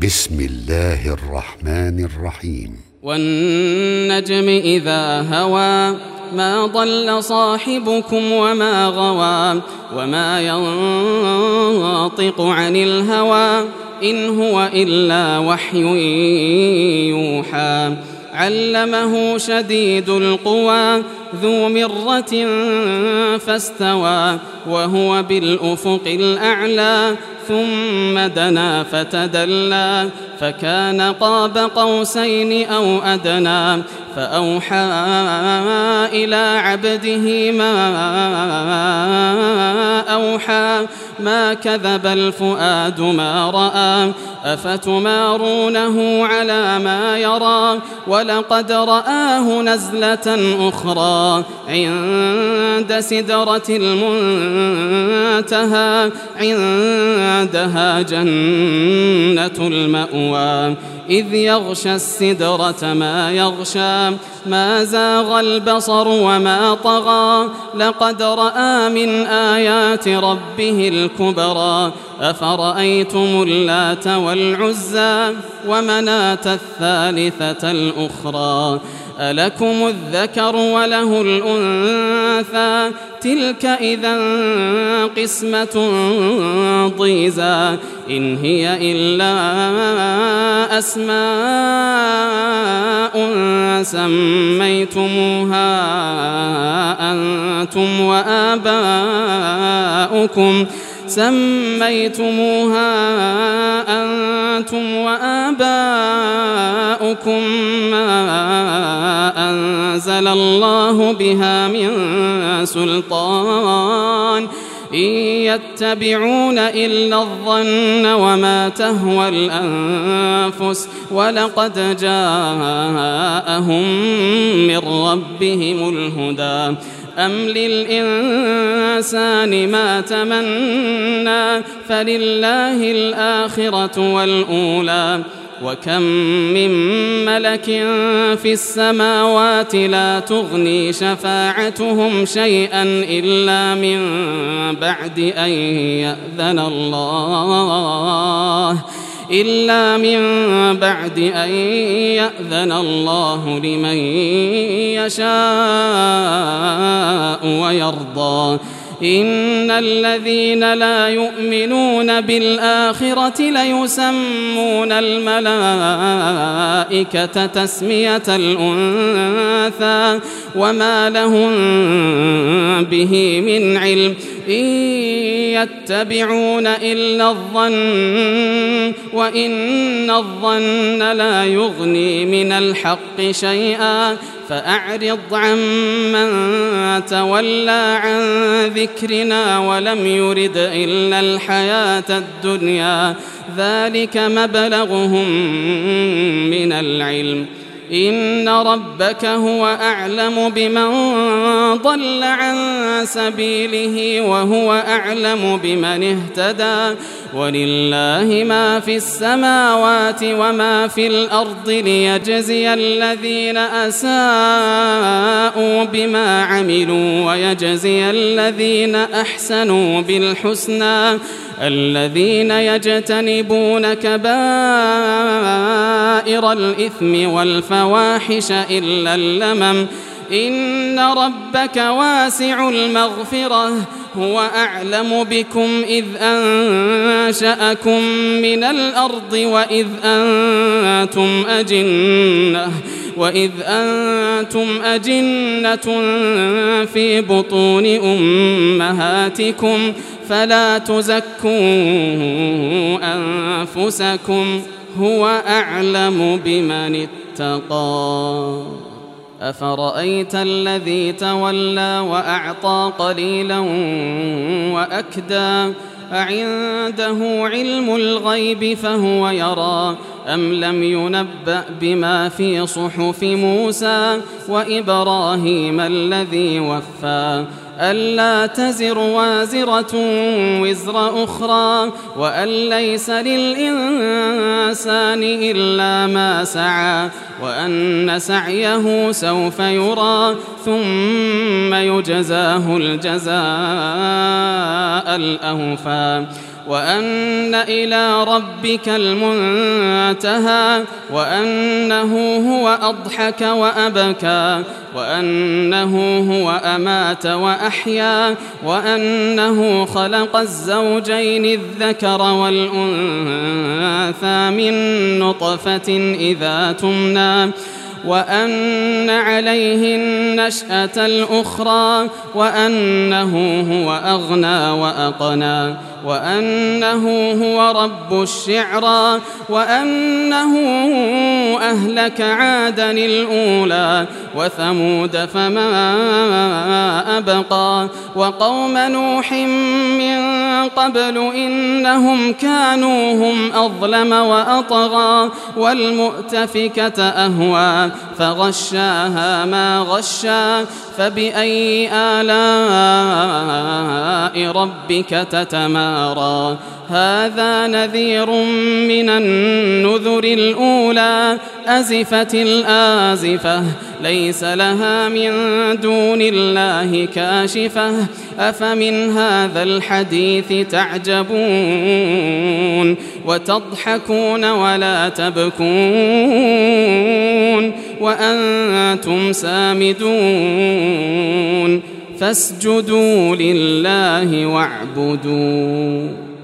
بسم الله الرحمن الرحيم. والنجم إذا هوى ما ضل صاحبكم وما غوى وما ينطق عن الهوى إن هو إلا وحي يوحى علمه شديد القوى ذو مرة فاستوى وهو بالأفق الأعلى ثم دنا فتدلى فكان قاب قوسين أو أدنى فأوحى إلى عبده ما أوحى ما كذب الفؤاد ما رأى أفتمارونه على ما يرى ولقد رآه نزلة أخرى عند سدرة المنتهى عندها جنة المأوى إذ يغشى السدرة ما يغشى ما زاغ البصر وما طغى لقد رأى من آيات ربه الكبرى أفرأيتم اللات والعزى ومناة الثالثة الأخرى ألكم الذكر وله الأنثى تلك إذا قسمة ضيزى إن هي إلا أسماء سميتموها أنتم وآباؤكم ما أنزل الله بها من سلطان إن يتبعون إلا الظن وما تهوى الأنفس ولقد جاءهم من ربهم الهدى أم للإنسان ما تمنى فلله الآخرة والأولى وكم من ملك في السماوات لا تغني شفاعتهم شيئا إلا من بعد أن يأذن الله لمن يشاء ويرضى إن الذين لا يؤمنون بالآخرة ليسمون الملائكة تسمية الأنثى وما لهم به من علم إن يتبعون إلا الظن وإن الظن لا يغني من الحق شيئا فأعرض عمن تولى عن ذكرنا ولم يرد إلا الحياة الدنيا ذلك مبلغهم من العلم إن ربك هو أعلم بمن ضل عن سبيله وهو أعلم بمن اهتدى ولله ما في السماوات وما في الأرض ليجزي الذين أساءوا بما عملوا ويجزي الذين أحسنوا بالحسنى الذين يجتنبون كبائر الإثم والفواحش إلا اللمم إن ربك واسع المغفرة هو أعلم بكم إذ أنشأكم من الأرض وإذ أنتم أجنة في بطون أمهاتكم فلا تزكوا أنفسكم هو أعلم بمن اتقى أفرأيت الذي تولى وأعطى قليلا وأكدى أعنده علم الغيب فهو يرى أم لم ينبأ بما في صحف موسى وإبراهيم الذي وفى ألا تزر وازرة وزر أخرى وأن ليس للإنسان إلا ما سعى وأن سعيه سوف يرى ثم يجزاه الجزاء الأوفى وأن إلى ربك المنتهى أمتها وأنه هو أضحك وأبكى وأنه هو أمات وأحيا وأنه خلق الزوجين الذكر والأنثى من نطفة إذا تمنى وأن عليه النشأة الأخرى وأنه هو أغنى وأقنى وأنه هو رب الشعرى وأنه أهلك عادا الأولى وثمود فما أبقى وقوم نوح من قبل إنهم كانوا هم أظلم وأطغى والمؤتفكة أهوى فغشاها ما غشا فبأي آلاء ربك تتمارى هذا نذير من النذر الأولى أزفت الآزفة ليس لها من دون الله كاشفة أفمن هذا الحديث تعجبون وتضحكون ولا تبكون وأنتم سامدون فاسجدوا لله واعبدوا